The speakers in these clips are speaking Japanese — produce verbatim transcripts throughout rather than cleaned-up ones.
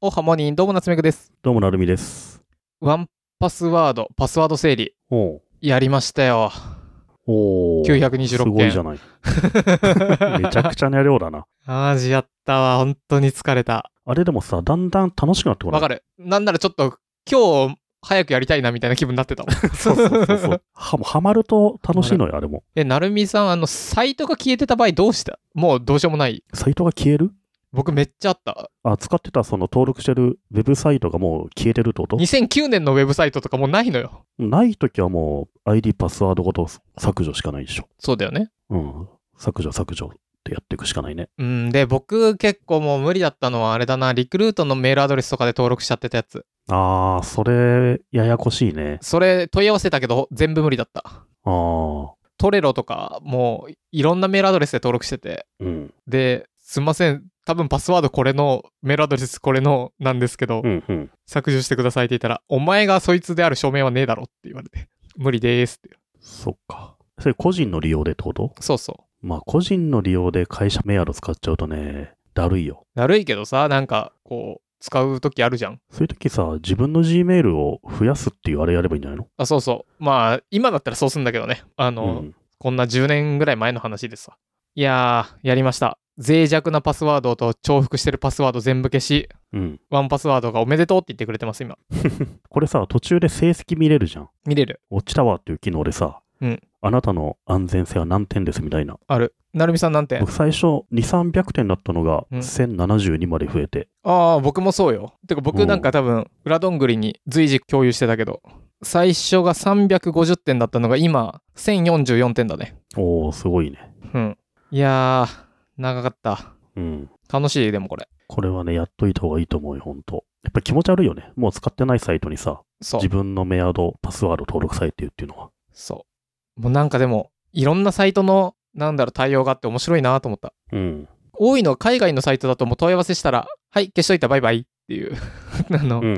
おはモニー、どうも夏目くです。 どうもなるみです。 ワンパスワード、パスワード整理。 おうやりましたよ。 おーきゅうひゃくにじゅうろっけん。 すごいじゃない。めちゃくちゃな量だな。 マジやったわ。本当に疲れた。 あれでもさ、だんだん楽しくなってこない？ わかる。なんならちょっと、今日、早くやりたいなみたいな気分になってたもん。 そうそうそうそう。は、もうハマると楽しいのよ、あれも。 え、なるみさん、あの、サイトが消えてた場合どうした？もうどうしようもない。 サイトが消える？ 僕めっちゃあった。 あ、使ってたその登録してるウェブサイトがもう消えてるってこと？ にせんきゅうねんのウェブサイトとかもうないのよ。 ないときはもう アイディー パスワードごと削除しかないでしょ。 そうだよね。 うん。削除削除ってやっていくしかないね。 うん、で、僕結構もう無理だったのはあれだな、リクルートのメールアドレスとかで登録しちゃってたやつ。 あー、それ、ややこしいね。 それ問い合わせたけど全部無理だった。 あー。 トレロとかもういろんなメールアドレスで登録してて、 うん。 で、すいません、多分パスワードこれの、メールアドレスこれのなんですけど、 うんうん。 削除してくださいって言ったら、お前がそいつである証明はねえだろって言われて、無理でーすって。 そっか。それ個人の利用でってこと？ そうそまあ個人の利用で会社メアド使っちゃうとね、だるいよ。 う。だるいけどさ、なんか、こう、使うときあるじゃん。 そういう時さ、自分の Gmail を増やすっていうあれやればいいんじゃないの？ あ、そうそう。まあ、今だったらそうすんだけどね。あの、 うん。 こんなじゅうねんぐらい前の話でさ。いやー、やりました。脆弱なパスワードと重複してるパスワード全部消し、 うん。 ワンパスワードがおめでとうって言ってくれてます、今。 これさ、途中で成績見れるじゃん。 見れる。 落ちたわっていう機能でさ、 うん。 あなたの安全性は何点ですみたいな。 ある。なるみさん何点？ 僕最初に、さんびゃくてんだったのがうんせんななじゅうにまで増えて。 ああ、僕もそうよ。てか僕なんか多分、裏どんぐりに随時共有してたけど、最初がさんびゃくごじゅってんだったのが今、せんよんじゅうよんてんだね。 おー、すごいね。 うん。いやー、長かった。 うん。 楽しい、でもこれ。 これはね、やっといた方がいいと思うよ、ほんと。やっぱり気持ち悪いよね。もう使ってないサイトにさ、 そう自。分のメアド、パスワード登録されてるっていうのは。 そう。もうなんかでも、いろんなサイトの、なんだろう、対応があって面白いなと思った。 うん。 多いのは海外のサイトだともう問い合わせしたら、はい、消しといたバイバイっていう。あの、 うんうんうん。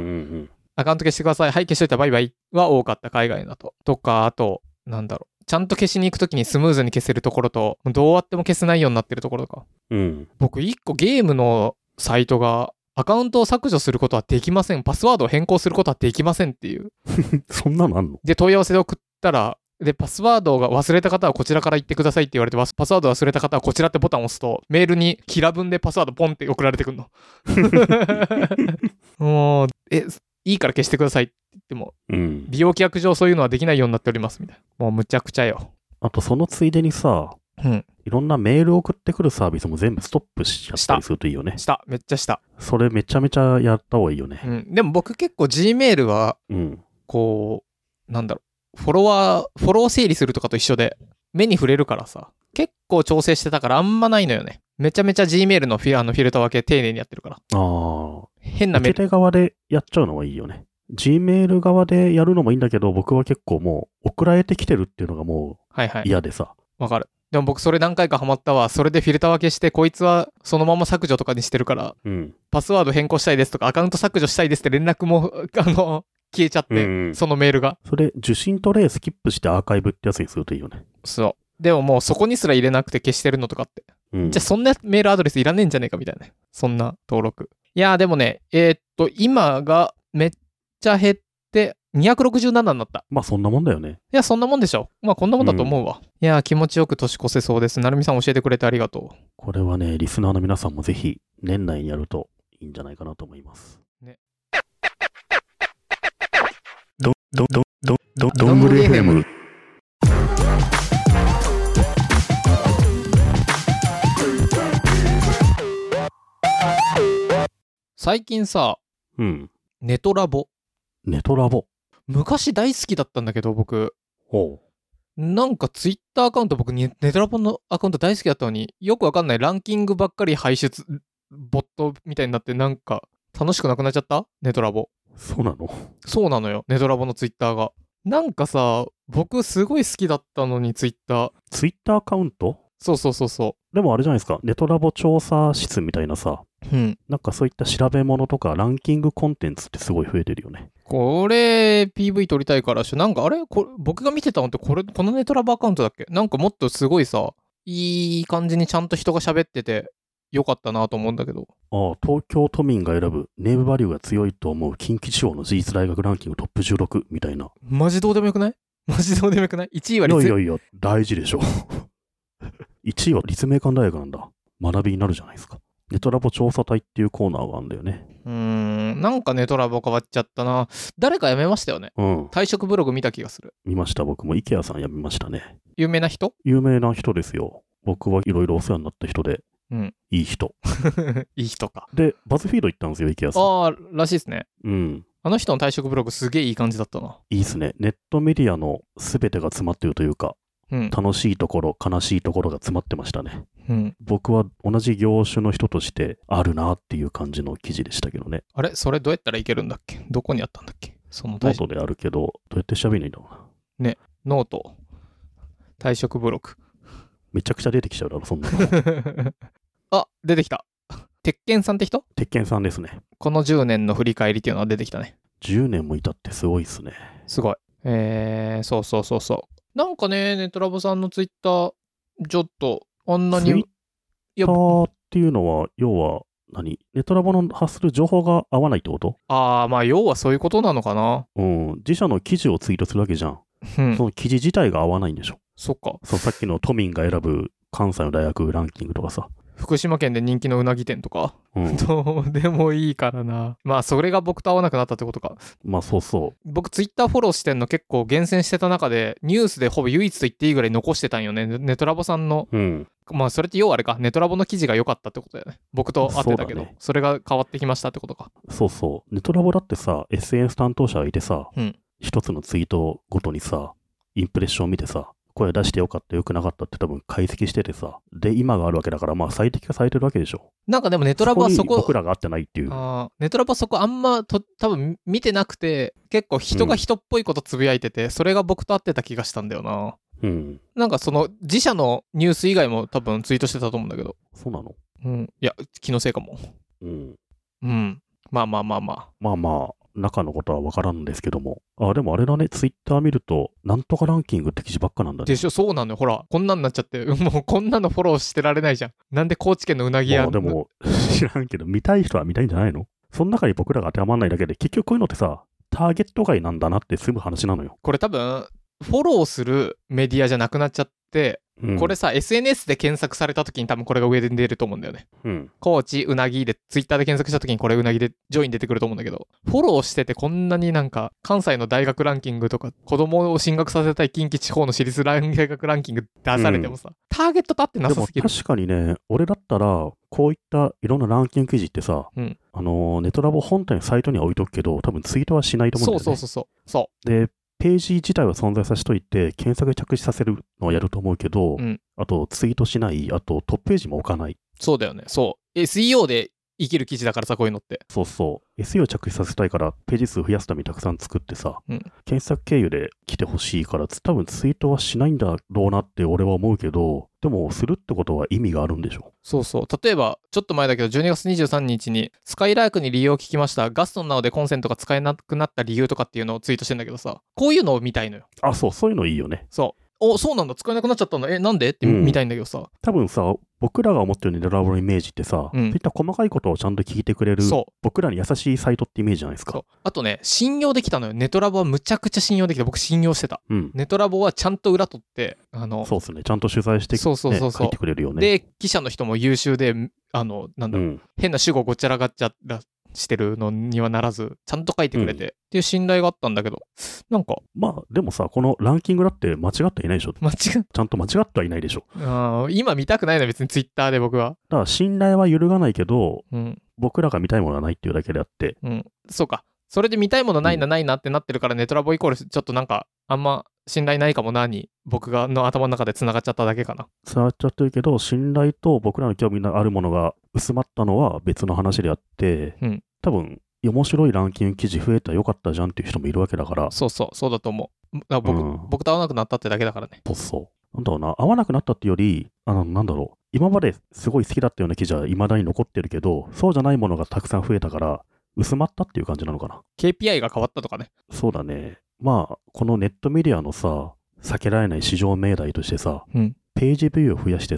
アカウント消してください。はい、消しといたバイバイは多かった、海外だと。とか、あと、なんだろう。ちゃんと消しに行くときにスムーズに消せるところと、どうやっても消せないようになってるところとか。 うん。 僕、一個ゲームのサイトが、アカウントを削除することはできません。パスワードを変更することはできませんっていう。 そんなのあんの？ で、問い合わせで送ったら、で、パスワードが忘れた方はこちらから言ってくださいって言われて、パスワード忘れた方はこちらってボタンを押すと、メールにキラ文でパスワードポンって送られてくるの。もう、え、いいから消してくださいって言っても、 うん。 利用規約上そういうのはできないようになっておりますみたいな。もうむちゃくちゃよ。 あと、そのついでにさ、 うん。 いろんなメール送ってくるサービスも全部ストップしちゃったりするといいよね。 した。めっちゃした。 それめちゃめちゃやった方がいいよね。 うん。でも僕結構 Gmail は、 うん。 こう、なんだろう、フォロワー、フォロー整理するとかと一緒で、目に触れるからさ、結構調整してたからあんまないのよね。めちゃめちゃ Gmail のフィあのフィルター分け丁寧にやってるから。 ああ。 変なメール。 受け手側でやっちゃうのはいいよね。Gmail 側でやるのもいいんだけど、僕は結構もう送られてきてるっていうのがもはいはうい。 嫌でさ。 わかる。でも僕それ何回かハマったわ。それでフィルター分けして、こいつはそのまま削除とかにしてるから、 うん。 パスワード変更したいですとか、アカウント削除したいですって連絡も、あの、消えちゃって、 うんうん、 そのメールが。 それ、受信トレイスキップしてアーカイブってやつにするといいよね。 そう。でももうそこにすら入れなくて消してるのとかって。 うん、 じゃあそんなメールアドレスいらねえんじゃねえかみたいな。そんな登録。いやーでもね、えー、っと、今がめっちゃ減ってにひゃくろくじゅうななになった。 まあそんなもんだよね。 いや、そんなもんでしょ。まあこんなもんだと思うわ。うん、いやー気持ちよく年越せそうです。なるみさん教えてくれてありがとう。 これはね、リスナーの皆さんもぜひ年内にやるといいんじゃないかなと思います。ね。ど、ど、ど、ど、ど、どんぐり エフエム。 最近さ、 うん。 ネトラボ。 ネトラボ。 昔大好きだったんだけど、僕。 ほう。なんかツイッターアカウント、僕にネトラボのアカウント大好きだったのに、よくわかんないランキングばっかり排出、ボットみたいになって、なんか楽しくなくなっちゃったネトラボ。 そうなの？ そうなのよ、ネトラボのツイッターが。なんかさ、僕すごい好きだったのにツイッター。 ツイッターアカウント？ そうそうそうそう。 でもあれじゃないですか、ネトラボ調査室みたいなさ、 うん、 なんかそういった調べ物とかランキングコンテンツってすごい増えてるよね。 これ ピーブイ 撮りたいからしょ。なんかあれこれ僕が見てたのってこれこのネトラボアカウントだっけ？なんかもっとすごいさ、いい感じにちゃんと人が喋ってて良かったなと思うんだけど。 ああ、東京都民が選ぶネームバリューが強いと思う近畿地方の私立大学ランキングトップじゅうろくみたいな。 マジどうでもよくない？マジどうでもよくない？ いち 位はい立やいやいや、大事でしょ。いちいは立命館大学なんだ。学びになるじゃないですか。ネトラボ調査隊っていうコーナーがあるんだよね。 うーん、なんかネトラボ変わっちゃったな。誰か辞めましたよね。 うん。 退職ブログ見た気がする。 見ました。僕も IKEA さん辞めましたね。 有名な人？ 有名な人ですよ。僕はいろいろお世話になった人で、 うん。 いい人。 いい人か。 で、バズフィード行ったんですよ、IKEA さん。 ああ、らしいですね。 うん。 あの人の退職ブログすげえいい感じだったな。 いいっすね。ネットメディアの全てが詰まってるというか、 うん。 楽しいところ、悲しいところが詰まってましたね。 うん。 僕は同じ業種の人としてあるなっていう感じの記事でしたけどね。 あれそれどうやったらいけるんだっけ？どこにあったんだっけ？そのノートであるけど、どうやって調べないんだろうな。 ね、ノート。退職ブログ。 めちゃくちゃ出てきちゃうだろ、そんなの。 あ、出てきた。鉄拳さんって人？ 鉄拳さんですね。 このじゅうねんの振り返りっていうのが出てきたね。 じゅうねんもいたってすごいっすね。 すごい。えー、そうそうそうそう。なんかね、ネトラボさんのツイッター、ちょっと、あんなに。 ツイッターっていうのは、要は何、ネトラボの発する情報が合わないってこと？ ああ、まあ、要はそういうことなのかな。 うん。自社の記事をツイートするわけじゃん。 うん。 その記事自体が合わないんでしょ。 そっか。 そう、さっきの都民が選ぶ関西の大学ランキングとかさ。 福島県で人気のうなぎ店とか、 うん、 どうでもいいからな。まあそれが僕と合わなくなったってことか。 まあそうそう。 僕ツイッターフォローしてんの結構厳選してた中でニュースでほぼ唯一と言っていいぐらい残してたんよね。ネトラボさんの、 うん、 まあそれって要はあれか、ネトラボの記事が良かったってことだよね。僕と合ってたけど そ,、ね、それが変わってきましたってことか。 そうそう。ネトラボだってさ、エスエヌエス 担当者がいてさ、 うん、 一つのツイートごとにさ、インプレッションを見てさ、声出してよかったよくなかったって多分解析しててさ、で今があるわけだから、まあ最適化されてるわけでしょ。 なんかでもネトラボはそこ、 そこに僕らが合ってないっていう。 あネトラボはそこあんまと多分見てなくて、結構人が人っぽいことつぶやいてて、うん、それが僕と合ってた気がしたんだよな。 うん。 なんかその自社のニュース以外も多分ツイートしてたと思うんだけど。 そうなの？ うん。いや、気のせいかも。 うん。 うん。まあまあまあまあ。 まあまあ。中のことは分からんですけども。あ、でもあれだね、ツイッター見ると、なんとかランキングって記事ばっかなんだね。 でしょ、そうなのよ。ほら、こんなんなっちゃって、もうこんなのフォローしてられないじゃん。なんで高知県のうなぎ屋。 でも、知らんけど、見たい人は見たいんじゃないの？その中に僕らが当てはまらないだけで、結局こういうのってさ、ターゲット外なんだなって済む話なのよ。 これ多分、フォローするメディアじゃなくなっちゃって、うん、これさ エスエヌエス で検索された時に多分これが上で出ると思うんだよね。 うん、 高知うなぎでツイッターで検索した時にこれうなぎで上位に出てくると思うんだけど、フォローしててこんなになんか関西の大学ランキングとか子供を進学させたい近畿地方の私立大学ランキング出されてもさ、うん、ターゲット立ってなさすぎる。 でも確かにね、俺だったらこういったいろんなランキング記事ってさ、うん、あのネトラボ本体のサイトには置いとくけど多分ツイートはしないと思うんだよね。 そうそうそうそうでページ自体は存在させといて、検索着地させるのはやると思うけど、うん、あとツイートしない、あとトップページも置かない。 そうだよね。そう。エスイーオー で生きる記事だからさ、こういうのって。 そうそう。エスイーオー 着地させたいから、ページ数増やすためにたくさん作ってさ、うん、検索経由で来てほしいから、多分ツイートはしないんだろうなって俺は思うけど、でもするってことは意味があるんでしょ。 そうそう。例えば、ちょっと前だけど、じゅうにがつにじゅうさんにちに、スカイラークに利用を聞きました。ガストンなどでコンセントが使えなくなった理由とかっていうのをツイートしてんだけどさ、こういうのを見たいのよ。 あ、そう、そういうのいいよね。 そう。お、そうなんだ、使えなくなっちゃったんだ。え、なんでって見たいんだけどさ、うん。 多分さ、僕らが思ってるネトラボのイメージってさ、うん、そういった細かいことをちゃんと聞いてくれる、僕らに優しいサイトってイメージじゃないですか。 そう。あとね、信用できたのよ。ネトラボはむちゃくちゃ信用できた。僕信用してた。うん、ネトラボはちゃんと裏取って、あの、 そうですね。ちゃんと取材して、ね、 そうそうそうそう書いてくれるよね。 で、記者の人も優秀で、あの、なんだろう、うん、変な主語ごちゃらがっちゃらしてるのにはならず、ちゃんと書いてくれて、うん、っていう信頼があったんだけど、なんか。 まあ、でもさ、このランキングだって間違ってはいないでしょ。 間違っちゃんと間違ってはいないでしょ。 あ今見たくないの別にツイッターで僕は。 だから信頼は揺るがないけど、うん、僕らが見たいものはないっていうだけであって。 うん。そうか。それで見たいものないな、ないなってなってるから、うん、ネトラボイコールちょっとなんか、あんま信頼ないかもなに、僕がの頭の中で繋がっちゃっただけかな。 繋がっちゃってるけど、信頼と僕らの興味のあるものが薄まったのは別の話であって、うん、多分、面白いランキング記事増えたらよかったじゃんっていう人もいるわけだから。 そうそう、そうだと思う。だから僕、うん、僕と合わなくなったってだけだからね。 そうそう。なんだろうな、合わなくなったってより、あの、なんだろう、今まですごい好きだったような記事は未だに残ってるけど、そうじゃないものがたくさん増えたから、薄まったっていう感じなのかな。 ケーピーアイ が変わったとかね。 そうだね。まあ、このネットメディアのさ、避けられない市場命題としてさ、うん、ページビューを増やしてさ、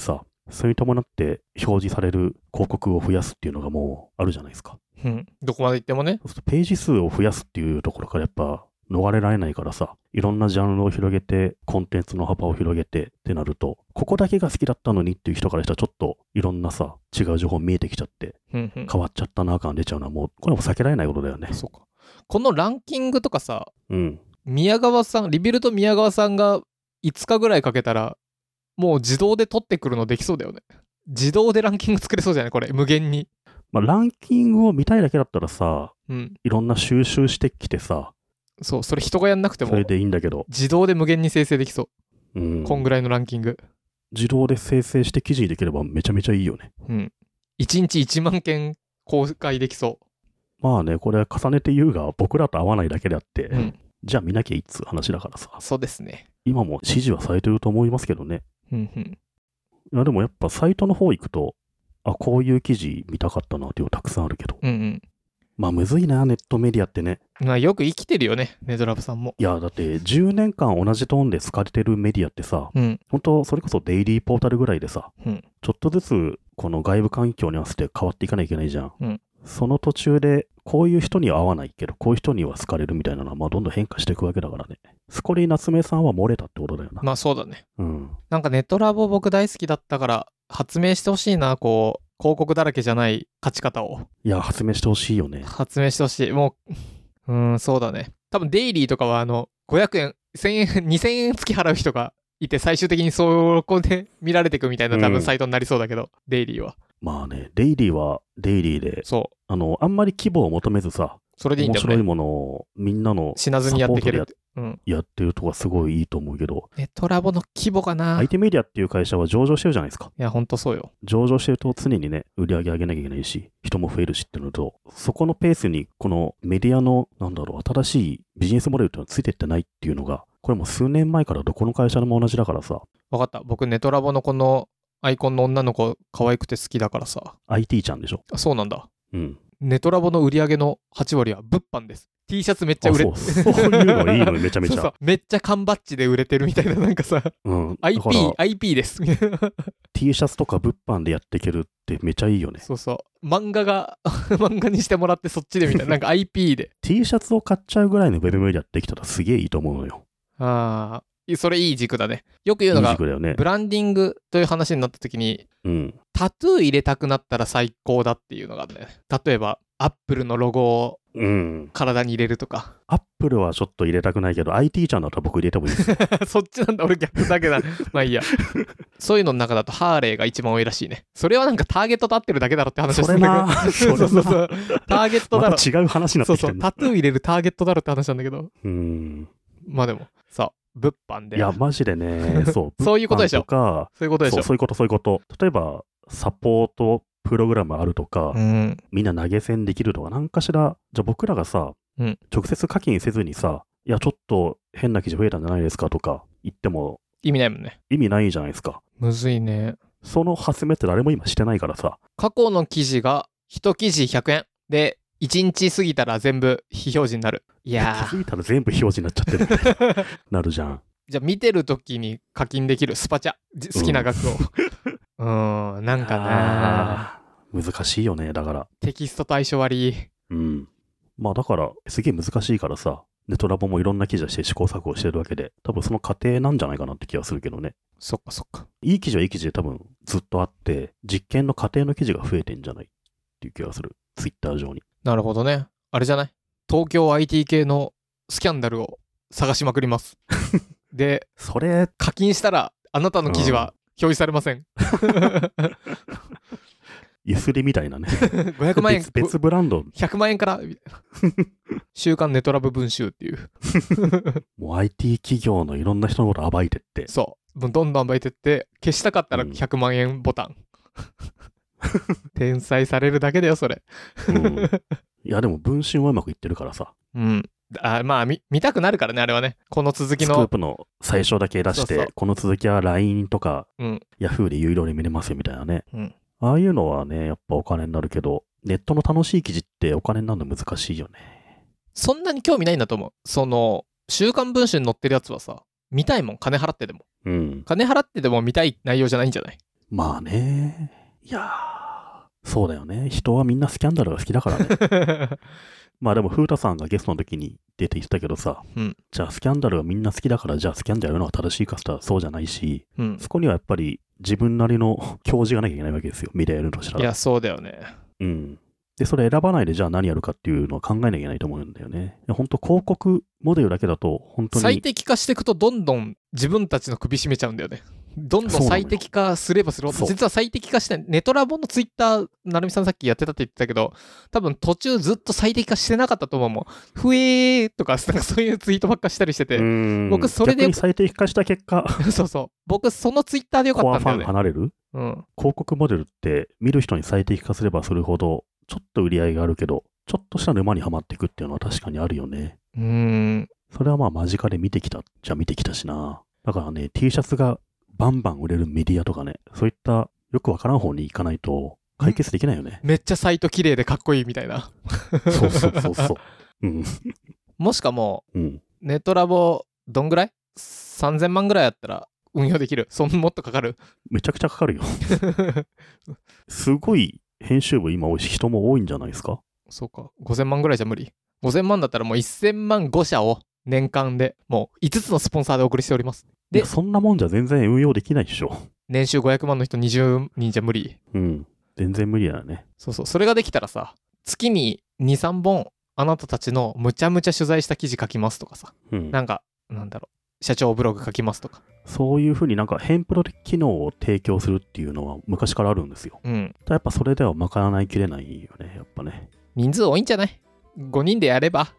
それに伴って表示される広告を増やすっていうのがもうあるじゃないですか。 うん。どこまで行ってもね。 そうするとページ数を増やすっていうところからやっぱ逃れられないからさ、いろんなジャンルを広げて、コンテンツの幅を広げてってなると、ここだけが好きだったのにっていう人からしたらちょっといろんなさ、違う情報見えてきちゃって、 うんうん、 変わっちゃったな感出ちゃうのはもう、これも避けられないことだよね。 そうか。このランキングとかさ、 うん、 宮川さん、リビルと宮川さんがいつかぐらいかけたら、もう自動で取ってくるのできそうだよね。自動でランキング作れそうじゃないこれ、無限に。 まあ、ランキングを見たいだけだったらさ、 うん、 いろんな収集してきてさ、 そう、それ人がやんなくても、 それでいいんだけど、 自動で無限に生成できそう。 うん、 こんぐらいのランキング。 自動で生成して記事にできればめちゃめちゃいいよね。 うん。いちにちいちまんけん公開できそう。 まあね、これは重ねて言うが、僕らと合わないだけであって、 うん、 じゃあ見なきゃいいっつう話だからさ。 そうですね。 今も支持はされてると思いますけどね。 うんうん。 いやでもやっぱサイトの方行くと、あ、こういう記事見たかったなっていうのたくさんあるけど。 うんうん。 まあむずいな、ネットメディアってね。 まあよく生きてるよね、ネドラブさんも。 いや、だってじゅうねんかん同じトーンで使われてるメディアってさ、 うん、 本当それこそデイリーポータルぐらいでさ、 うん、 ちょっとずつこの外部環境に合わせて変わっていかなきゃいけないじゃん。 うん、 その途中で、こういう人には合わないけど、こういう人には好かれるみたいなのは、まあどんどん変化していくわけだからね。スコリー夏目さんは漏れたってことだよな。 まあそうだね。 うん。 なんかネトラボ僕大好きだったから、発明してほしいな、こう、広告だらけじゃない勝ち方を。 いや、発明してほしいよね。 発明してほしい。もう、うーん、そうだね。多分デイリーとかは、あの、ごひゃくえん、せんえん、にせんえん月払う人がいて、最終的にそこで見られていくみたいな多分サイトになりそうだけど、うん、デイリーは。 まあね、デイリーはデイリーで、 そう。 あの、あんまり規模を求めずさ、 それでいいんだよね。 面白いものをみんなの死なずにやっていけるって。 うん、やってるとかすごいいいと思うけど、 ネトラボの規模かな。 アイティーメディアっていう会社は上場してるじゃないですか。 いや、ほんとそうよ。 上場してると常にね、売り上げ上げなきゃいけないし、人も増えるしっていうのと、そこのペースにこのメディアの、なんだろう、新しいビジネスモデルっていうのはついてってないっていうのが、これも数年前からどこの会社でも同じだからさ。 わかった。僕、ネトラボのこのアイコンの女の子、可愛くて好きだからさ。 アイティー ちゃんでしょ。 あ、そうなんだ。 うん。 ネトラボの売り上げのはち割は物販です。T シャツめっちゃ売れてる。 そう、そういうのいいのめちゃめちゃ。 そうそうめっちゃ缶バッジで売れてるみたいな、なんかさ、 うん、 アイピー、アイピー です。 T シャツとか物販でやっていけるってめちゃいいよね。 そうそう。漫画が、漫画にしてもらってそっちでみたいな、なんか アイピー で。 T シャツを買っちゃうぐらいのウェブメディアってきたらすげえいいと思うのよ。 ああ、それいい軸だね。よく言うのが、 いい軸だよね、 ブランディングという話になった時に、 うん、 タトゥー入れたくなったら最高だっていうのがあるんだよね。例えば、アップルのロゴを体に入れるとか。 アップルはちょっと入れたくないけど、アイティー ちゃんだったら僕入れてもいいですよ。 そっちなんだ、俺逆だけだ。まあいいや。そういうのの中だとハーレーが一番多いらしいね。それはなんかターゲットと合ってるだけだろって話をしてんだけど。そうそうそう。ターゲットだろ。 また違う話になってきてる、 そうそう。タトゥー入れるターゲットだろって話なんだけど。 うん。 まあでも、さ、物販で。 いや、マジでね、そう。 そういうことでしょ。 そういうことでしょ。 そういうこと、そういうこと。例えば、サポートプログラムあるとか、 うん、 みんな投げ銭できるとか、なんかしら、じゃあ僕らがさ、 うん、 直接課金せずにさ、いや、ちょっと変な記事増えたんじゃないですかとか言っても、 意味ないもんね。 意味ないじゃないですか。 むずいね。 その発明って誰も今してないからさ。 過去の記事がいち記事ひゃくえんで、いちにち過ぎたら全部非表示になる。いやー。 気づいたら全部非表示になっちゃってる。なるじゃん。 じゃあ見てるときに課金できるスパチャ。好きな額を。うーん、なんかな難しいよね、だから。 テキストと相性悪い。 うん。まあだから、すげえ難しいからさ、ネトラボもいろんな記事をして試行錯誤してるわけで、多分その過程なんじゃないかなって気がするけどね。 そっかそっか。 いい記事はいい記事で多分ずっとあって、実験の過程の記事が増えてんじゃないっていう気がする。ツイッター上に。 なるほどね。あれじゃない東京 アイティー 系のスキャンダルを探しまくります。で、 それ、 課金したら、あなたの記事は表示されません。 ゆすりみたいなね。 ごひゃくまんえん。 別, 別ブランド。 ひゃくまんえんから、週刊ネトラブ文集っていう。 もう アイティー 企業のいろんな人のこと暴いてって。 そう。どんどん暴いてって、消したかったらひゃくまんえんボタン。うん、天才されるだけだよ、それ。 うん、いや、でも文春はうまくいってるからさ。 うん。あまあ見、見たくなるからね、あれはね。この続きの。 スクープの最初だけ出して、そうそうこの続きは ライン とか、うん、Yahoo で有料で見れますよみたいなね。うん、ああいうのはね、やっぱお金になるけど、ネットの楽しい記事ってお金になるの難しいよね。 そんなに興味ないんだと思う。その、週刊文春に載ってるやつはさ、見たいもん、金払ってでも。うん。金払ってでも見たい内容じゃないんじゃない？ まあね。いやー、そうだよね。人はみんなスキャンダルが好きだからね。まあでも、風太さんがゲストの時に出て言ってたけどさ、 うん、 じゃあスキャンダルはみんな好きだから、じゃあスキャンダルやるのが正しいかって言ったらそうじゃないし、 うん、 そこにはやっぱり自分なりの教示がなきゃいけないわけですよ。メディアやるとしたら。 いや、そうだよね。 うん。で、それ選ばないでじゃあ何やるかっていうのは考えなきゃいけないと思うんだよね。本当広告モデルだけだと、本当に。 最適化していくと、どんどん自分たちの首絞めちゃうんだよね。どんどん最適化すればするほど、実は最適化してない。ネトラボのツイッター、なるみさんさっきやってたって言ってたけど、多分途中ずっと最適化してなかったと思うもん。ふえーとか、なんかそういうツイートばっかしたりしてて、僕それで。 逆に最適化した結果。 そうそう。僕そのツイッターでよかったんだよね。 コアファン離れる、 うん、 広告モデルって見る人に最適化すればするほど、ちょっと売り上げがあるけど、ちょっとした沼にはまっていくっていうのは確かにあるよね。 うーん。 それはまあ間近で見てきたじゃ見てきたしな。だからね、T シャツがバンバン売れるメディアとかね、そういったよくわからん方に行かないと解決できないよね。 めっちゃサイト綺麗でかっこいいみたいな。 そうそうそうそう。うん、 もしかも、 うん、 ネットラボどんぐらい ?さんぜん 万ぐらいやったら運用できる。そんなもっとかかる？ めちゃくちゃかかるよ。すごい編集部今多いし人も多いんじゃないですか？ そうか。ごせんまんぐらいじゃ無理。ごせんまんだったらもうせんまんご社を年間でもういつつのスポンサーでお送りしております。 で、そんなもんじゃ全然運用できないでしょ。 年収ごひゃくまんの人にじゅうにんじゃ無理。 うん。全然無理だよね。 そうそう。それができたらさ、月にに、さんぼんあなたたちのむちゃむちゃ取材した記事書きますとかさ。うん、なんか、なんだろう。社長ブログ書きますとか。 そういうふうになんかヘンプロ的機能を提供するっていうのは昔からあるんですよ。うん。やっぱそれでは賄いきれないよね、やっぱね。 人数多いんじゃない？ ご 人でやれば。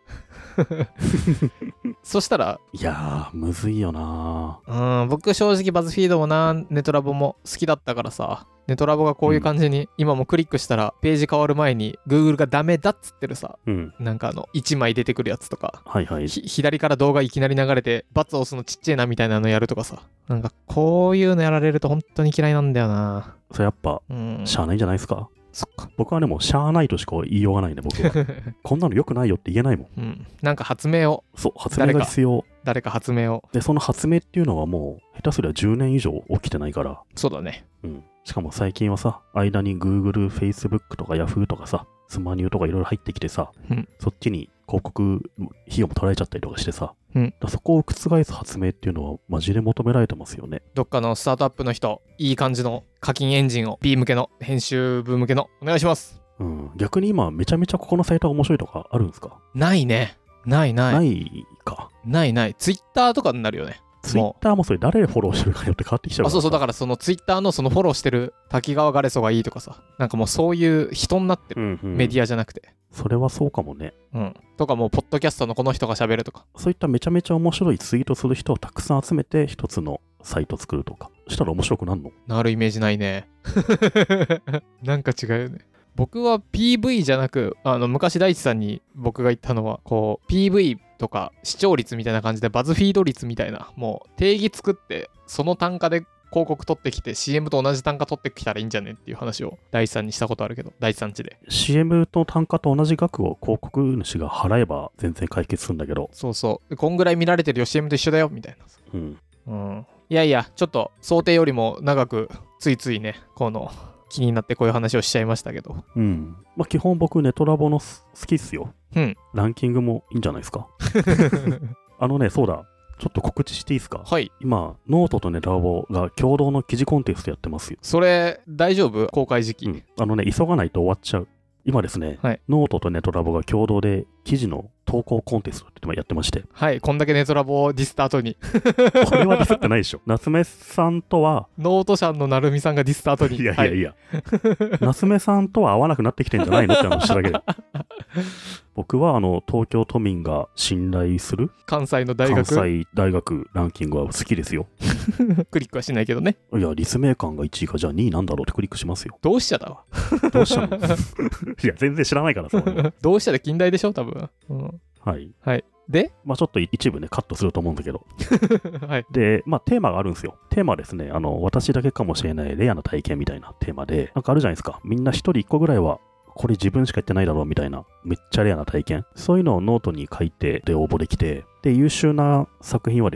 そしたらいやーむずいよなー。うん、僕正直バズフィードもな、ネトラボも好きだったからさ、ネトラボがこういう感じに、うん、今もクリックしたらページ変わる前に Google がダメだっつってるさ、うん、なんかあのいちまい出てくるやつとか、 はいはい、 左から動画いきなり流れてバツ押すのちっちゃいなみたいなのやるとかさ、なんかこういうのやられると本当に嫌いなんだよな。 それやっぱ、うん、しゃあないんじゃないですか。 そっか。 僕はね、もうしゃあないとしか言いようがないね、僕は。こんなの良くないよって言えないもん。 うん。なんか発明を。 そう、発明が必要。 誰か発明を。 で、その発明っていうのはもう、下手すりゃじゅうねん以上起きてないから。 そうだね。 うん。しかも最近はさ、間に Google、Facebook とか Yahoo とかさ、スマニューとかいろいろ入ってきてさ、うん、そっちに広告費用も取られちゃったりとかしてさ、うん、だそこを覆す発明っていうのはマジで求められてますよね。 どっかのスタートアップの人、いい感じの課金エンジンを B 向けの、編集部向けのお願いします。 うん、逆に今めちゃめちゃここのサイトが面白いとかあるんですか？ ないね。ないない。 ないか。 ないない。ツイッターとかになるよね。 ツイッターもそれ誰フォローしてるかによって変わってきちゃうから。 あ、そうそう。だからそのツイッターのそのフォローしてる滝川ガレソがいいとかさ、なんかもうそういう人になってる、うんうん、メディアじゃなくて。 それはそうかもね。 うん。とかもうポッドキャストのこの人が喋るとか。 そういっためちゃめちゃ面白いツイートする人をたくさん集めて一つのサイト作るとかしたら面白くなるの？ なるイメージないね。なんか違うよね。僕は ピーブイ じゃなく、あの昔大地さんに僕が言ったのはこう ピーブイ とか視聴率みたいな感じでバズフィード率みたいなもう定義作ってその単価で広告取ってきて シーエム と同じ単価取ってきたらいいんじゃねっていう話を大地さんにしたことあるけど、大地さんちでシーエム と単価と同じ額を広告主が払えば全然解決するんだけど、 そうそうこんぐらい見られてるよ シーエム と一緒だよみたいな。うん、うん、いやいやちょっと想定よりも長くついついねこの気になってこういう話をしちゃいましたけど、 うん、まあ基本僕ネトラボの好きっすよ。うん、ランキングもいいんじゃないですか。あのね、そうだ、ちょっと告知していいですか？ はい。 今ノートとネトラボが共同の記事コンテストやってますよ。 それ大丈夫？公開時期、うん、 あのね急がないと終わっちゃう。今ですね、はい、ノートとネトラボが共同で記事の投稿コンテストってやってまして、 はい、こんだけネトラボをディスった後にこれはディスってないでしょ。夏目さんとはノート社のなるみさんがディスった後にいやいやいや、はい、夏目さんとは合わなくなってきてんじゃないのって話しただけで僕はあの東京都民が信頼する関西の大学関西大学ランキングは好きですよ。 クリックはしないけどね。 いや立命館がいちいかじゃあにいなんだろうってクリックしますよ。 同志社だわ。 どうしたの？いや全然知らないからさ。 同志社で近代でしょ多分、うん、 はいはい。でまあちょっと一部ねカットすると思うんだけどはい。 でまあテーマがあるんですよ。テーマはですね、あの私だけかもしれないレアな体験みたいなテーマで、なんかあるじゃないですか、みんな一人一個ぐらいはこれ自分しか言ってないだろうみたいなめっちゃレアな体験、そういうのをノートに書いてで応募できて、で優秀な作品はですね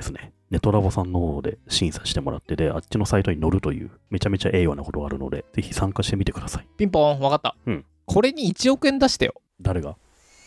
ネトラボさんの方で審査してもらってで、あっちのサイトに載るという、めちゃめちゃ栄誉なことがあるので、ぜひ参加してみてください。 ピンポン、わかった。 うん。 これにいちおくえん出してよ。 誰が？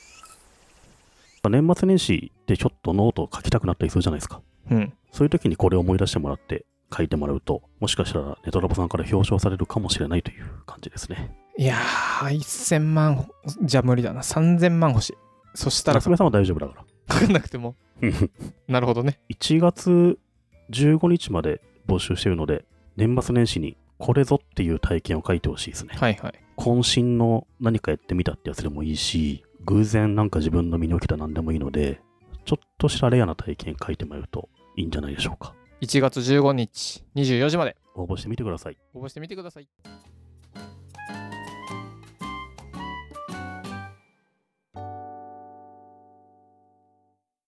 年末年始でちょっとノートを書きたくなったりするじゃないですか。 うん。 そういう時にこれを思い出してもらって書いてもらうと、もしかしたらネトラボさんから表彰されるかもしれないという感じですね。 いやー、せんまんじゃ無理だな。さんぜんまん欲しい。そしたら。 夏目さんは大丈夫だから。 書かなくても。なるほどね。 いちがつじゅうごにちまで募集しているので、年末年始にこれぞっていう体験を書いてほしいですね。 はいはい。 渾身の何かやってみたってやつでもいいし、偶然なんか自分の身に起きた何でもいいので、ちょっとしたレアな体験書いてもらうといいんじゃないでしょうか。 いちがつじゅうごにちにじゅうよじまで応募してみてください。 応募してみてください。